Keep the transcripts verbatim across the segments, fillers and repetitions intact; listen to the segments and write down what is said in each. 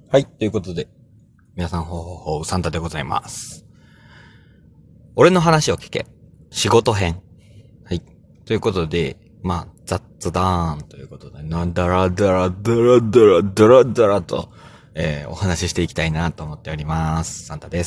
はい。ということで、皆さん、ほうほうほう、サンタでございます。俺の話を聞け。仕事編。はい。ということで、まあ、雑談ということで、なんだらだらだらだらだらだらと、えー、お話ししていきたいなと思っております。サンタです。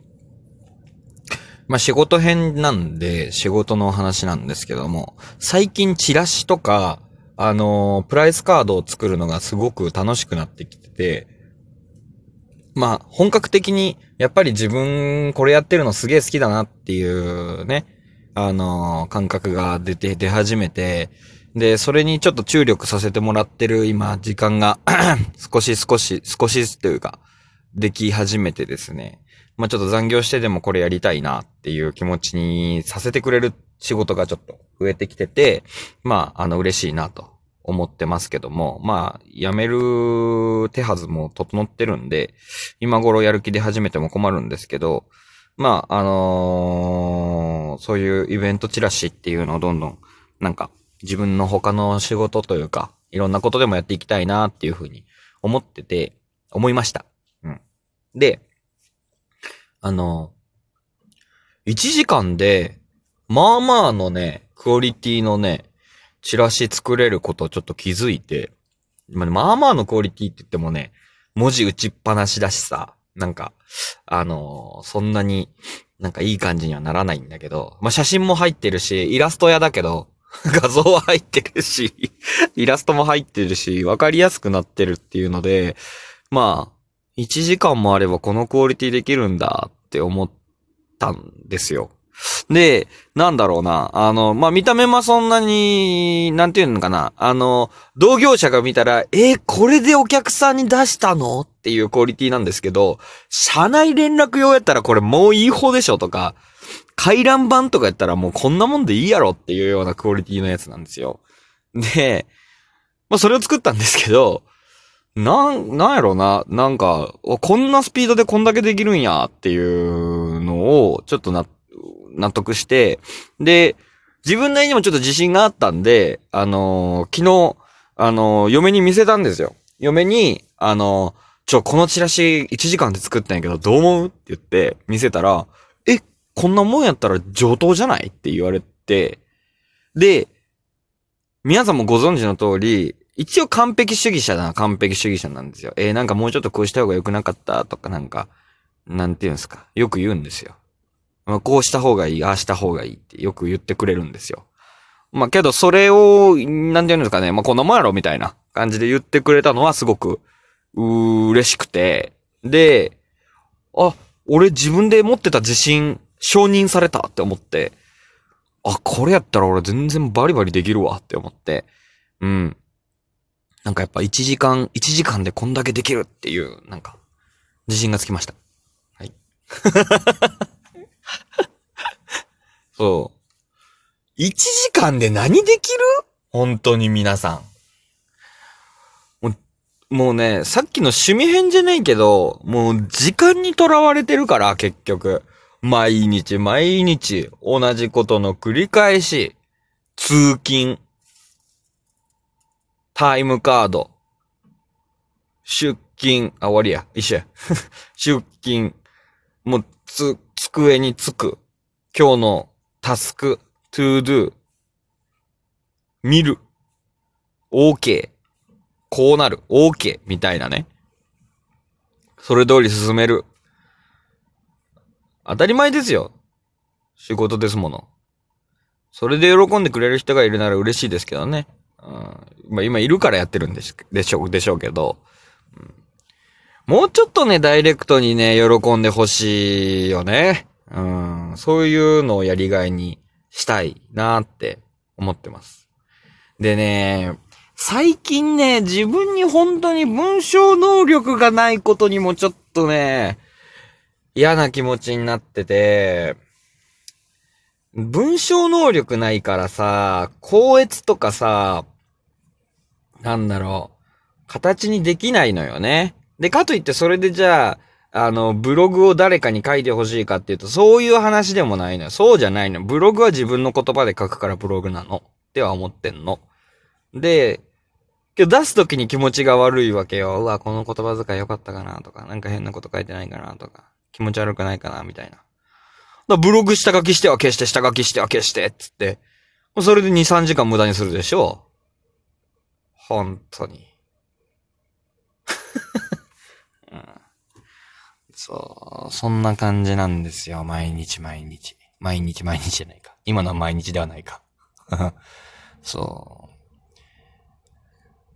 まあ、仕事編なんで、仕事の話なんですけども、最近チラシとか、あのープライスカードを作るのがすごく楽しくなってきてて、まあ、本格的に、やっぱり自分、これやってるのすげえ好きだなっていうね、あのー感覚が出て、出始めて、で、それにちょっと注力させてもらってる今、時間が少し少し、少しずつというか、でき始めてですね。まあちょっと残業してでもこれやりたいなっていう気持ちにさせてくれる仕事がちょっと増えてきてて、まあ、あの、嬉しいなと思ってますけども、まあ、辞める手はずも整ってるんで、今頃やる気で始めても困るんですけど、まあ、あのーそういうイベントチラシっていうのをどんどん、なんか、自分の他の仕事というか、いろんなことでもやっていきたいなっていうふうに思ってて、思いました。うん。で、あのー、いちじかんで、まあまあのね、クオリティのね、チラシ作れることをちょっと気づいて、まあまあまあのクオリティって言ってもね、文字打ちっぱなしだしさ、なんか、あのーそんなになんかいい感じにはならないんだけど、まあ写真も入ってるし、イラスト屋だけど、画像は入ってるし、イラストも入ってるし、わかりやすくなってるっていうので、まあ、いちじかんもあればこのクオリティできるんだって思ったんですよ。で、なんだろうな。あの、まあ、見た目もそんなに、なんていうのかな。あの、同業者が見たら、えーこれでお客さんに出したのっていうクオリティなんですけど、社内連絡用やったらこれもういい方でしょとか、回覧板とかやったらもうこんなもんでいいやろっていうようなクオリティのやつなんですよ。で、まあ、それを作ったんですけど、なん、なんやろな、なんか、こんなスピードでこんだけできるんやっていうのを、ちょっとな、納得して、で、自分なりにもちょっと自信があったんで、あのー昨日、あのー嫁に見せたんですよ。嫁に、あのーちょ、このチラシいちじかんで作ったんやけど、どう思うって言って見せたら、え、こんなもんやったら上等じゃないって言われて、で、皆さんもご存知の通り、一応完璧主義者だな、完璧主義者なんですよ。えー、なんかもうちょっとこうした方が良くなかったとかなんか、なんて言うんですか。よく言うんですよ。まあ、こうした方がいい、ああした方がいいってよく言ってくれるんですよ。まあけどそれを、なんて言うんですかね、まあこんなもんやろみたいな感じで言ってくれたのはすごく、う嬉しくて、で、あ、俺自分で持ってた自信承認されたって思って、あ、これやったら俺全然バリバリできるわって思って、うん。なんかやっぱいちじかん、いちじかんでこんだけできるっていう、なんか、自信がつきました。はい。そう。いちじかんで何できる本当に皆さん。もう、もうね、さっきの趣味編じゃないけど、もう時間にとらわれてるから、結局。毎日毎日、同じことの繰り返し。通勤、タイムカード、出勤、あ、終わりや。一緒や。出勤、もう、つ、机につく。今日のタスク、トゥードゥ、見る、OK、こうなる、OK、みたいなね。それ通り進める。当たり前ですよ。仕事ですもの。それで喜んでくれる人がいるなら嬉しいですけどね。うん、まあ今いるからやってるんでしでしょう、でしょうけど。もうちょっとね、ダイレクトにね、喜んでほしいよね。うん、そういうのをやりがいにしたいなって思ってます。でね、最近ね、自分に本当に文章能力がないことにもちょっとね、嫌な気持ちになってて、文章能力ないからさ、校閲とかさ、なんだろう、形にできないのよね。で、かといってそれでじゃあ、あの、ブログを誰かに書いてほしいかっていうと、そういう話でもないのよ。そうじゃないの。ブログは自分の言葉で書くからブログなの。っては思ってんの。で、 けど出すときに気持ちが悪いわけよ。うわ、この言葉遣い良かったかなとか、なんか変なこと書いてないかなとか、気持ち悪くないかなみたいな。だからブログ下書きしては消して、下書きしては消して、つって。それでに、さんじかん無駄にするでしょ。本当に。うん、そう、そんな感じなんですよ。毎日毎日。毎日毎日じゃないか。今のは毎日ではないか。そう。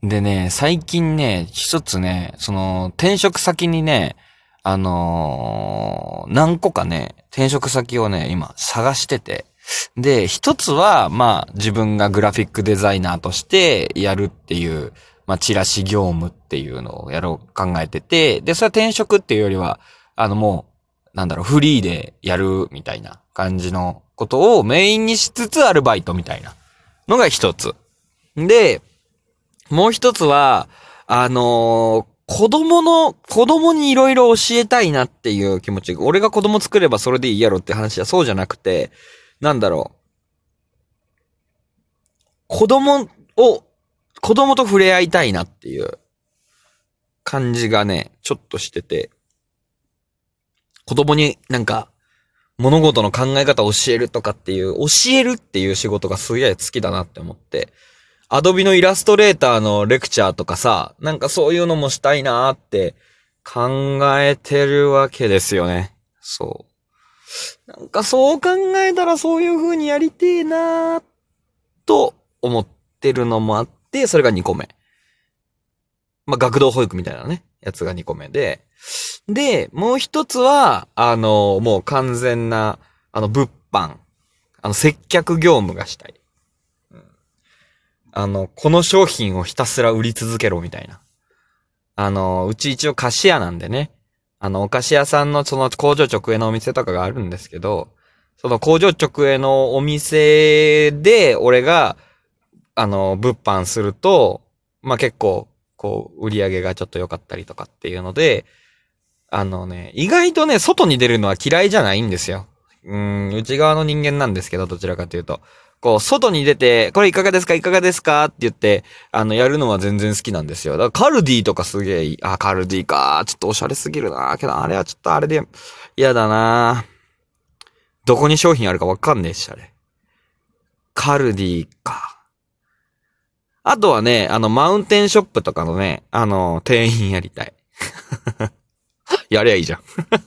でね、最近ね、一つね、その、転職先にね、あのー、何個かね、転職先をね、今探してて。で、一つは、まあ、自分がグラフィックデザイナーとしてやるっていう、まあ、チラシ業務っていうのをやろう考えてて、で、それは転職っていうよりは、あのもう、なんだろう、フリーでやるみたいな感じのことをメインにしつつアルバイトみたいなのが一つ。で、もう一つは、あのー、子供の、子供にいろいろ教えたいなっていう気持ちが、俺が子供作ればそれでいいやろって話はそうじゃなくて、なんだろう。子供を、子供と触れ合いたいなっていう感じがね、ちょっとしてて、子供になんか、物事の考え方を教えるとかっていう、教えるっていう仕事がすげえ好きだなって思って、アドビのイラストレーターのレクチャーとかさ、なんかそういうのもしたいなーって考えてるわけですよね。そう。なんかそう考えたらそういう風にやりてえなーと思ってるのもあって、それがにこめ。まあ、学童保育みたいなね、やつがにこめで。で、もう一つは、あの、もう完全な、あの、物販。あの、接客業務がしたい。うん、あの、この商品をひたすら売り続けろみたいな。あの、うち一応菓子屋なんでね。あの、お菓子屋さんのその工場直営のお店とかがあるんですけど、その工場直営のお店で、俺が、あの、物販すると、まあ、結構、こう、売り上げがちょっと良かったりとかっていうので、あのね、意外とね、外に出るのは嫌いじゃないんですよ。うーん、内側の人間なんですけど、どちらかというと。こう、外に出て、これいかがですかいかがですかって言って、あの、やるのは全然好きなんですよ。だからカルディとかすげえいい。あ、カルディか。ちょっとおしゃれすぎるな。けど、あれはちょっとあれで、嫌だな。どこに商品あるかわかんねえし、あれ。カルディか。あとはね、あの、マウンテンショップとかのね、あの、店員やりたい。やりゃいいじゃん。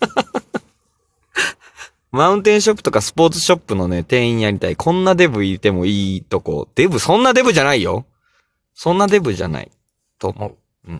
マウンテンショップとかスポーツショップのね、店員やりたい。こんなデブいてもいいとこ。デブ、そんなデブじゃないよ。そんなデブじゃない。と思う。うん。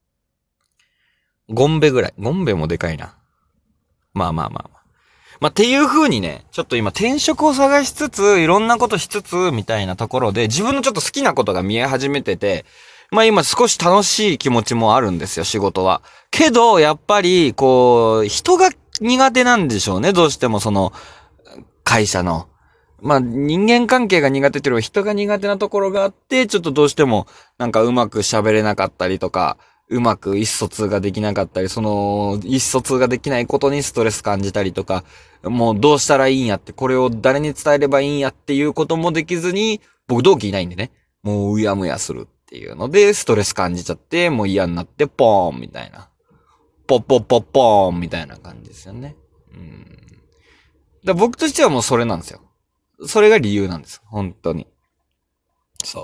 ゴンベぐらい。ゴンベもでかいな。まあまあまあまあ。まあ、っていう風にね、ちょっと今転職を探しつつ、いろんなことしつつ、みたいなところで、自分のちょっと好きなことが見え始めてて、まあ今少し楽しい気持ちもあるんですよ、仕事は。けど、やっぱり、こう、人が苦手なんでしょうね、どうしてもその、会社の。まあ人間関係が苦手っていうよりは人が苦手なところがあって、ちょっとどうしてもなんかうまく喋れなかったりとか、うまく意思疎通ができなかったり、その意思疎通ができないことにストレス感じたりとか、もうどうしたらいいんやって、これを誰に伝えればいいんやっていうこともできずに、僕同期いないんでね、もううやむやするっていうので、ストレス感じちゃって、もう嫌になって、ポーンみたいな。ポッポッポッポーンみたいな感じですよね。うん。だ僕としてはもうそれなんですよ。それが理由なんです。本当に。そう。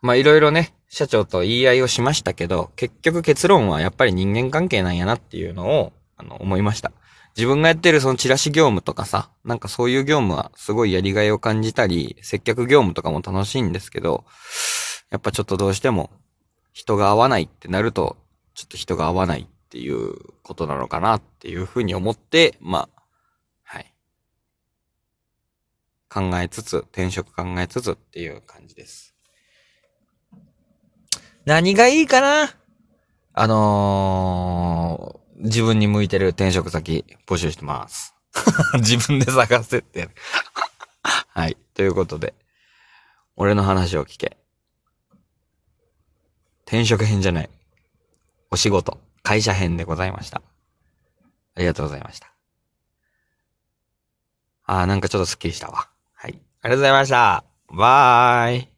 まあいろいろね、社長と言い合いをしましたけど、結局結論はやっぱり人間関係なんやなっていうのを、あの、思いました。自分がやってるそのチラシ業務とかさ、なんかそういう業務はすごいやりがいを感じたり、接客業務とかも楽しいんですけど、やっぱちょっとどうしても人が合わないってなると、ちょっと人が合わないっていうことなのかなっていうふうに思って、まあ、はい。考えつつ、転職考えつつっていう感じです。何がいいかな。あのー、自分に向いてる転職先募集してます。自分で探せって。はい。ということで、俺の話を聞け。転職編じゃない。お仕事、会社編でございました。ありがとうございました。あー、なんかちょっとスッキリしたわ。はい。ありがとうございました。バーイ。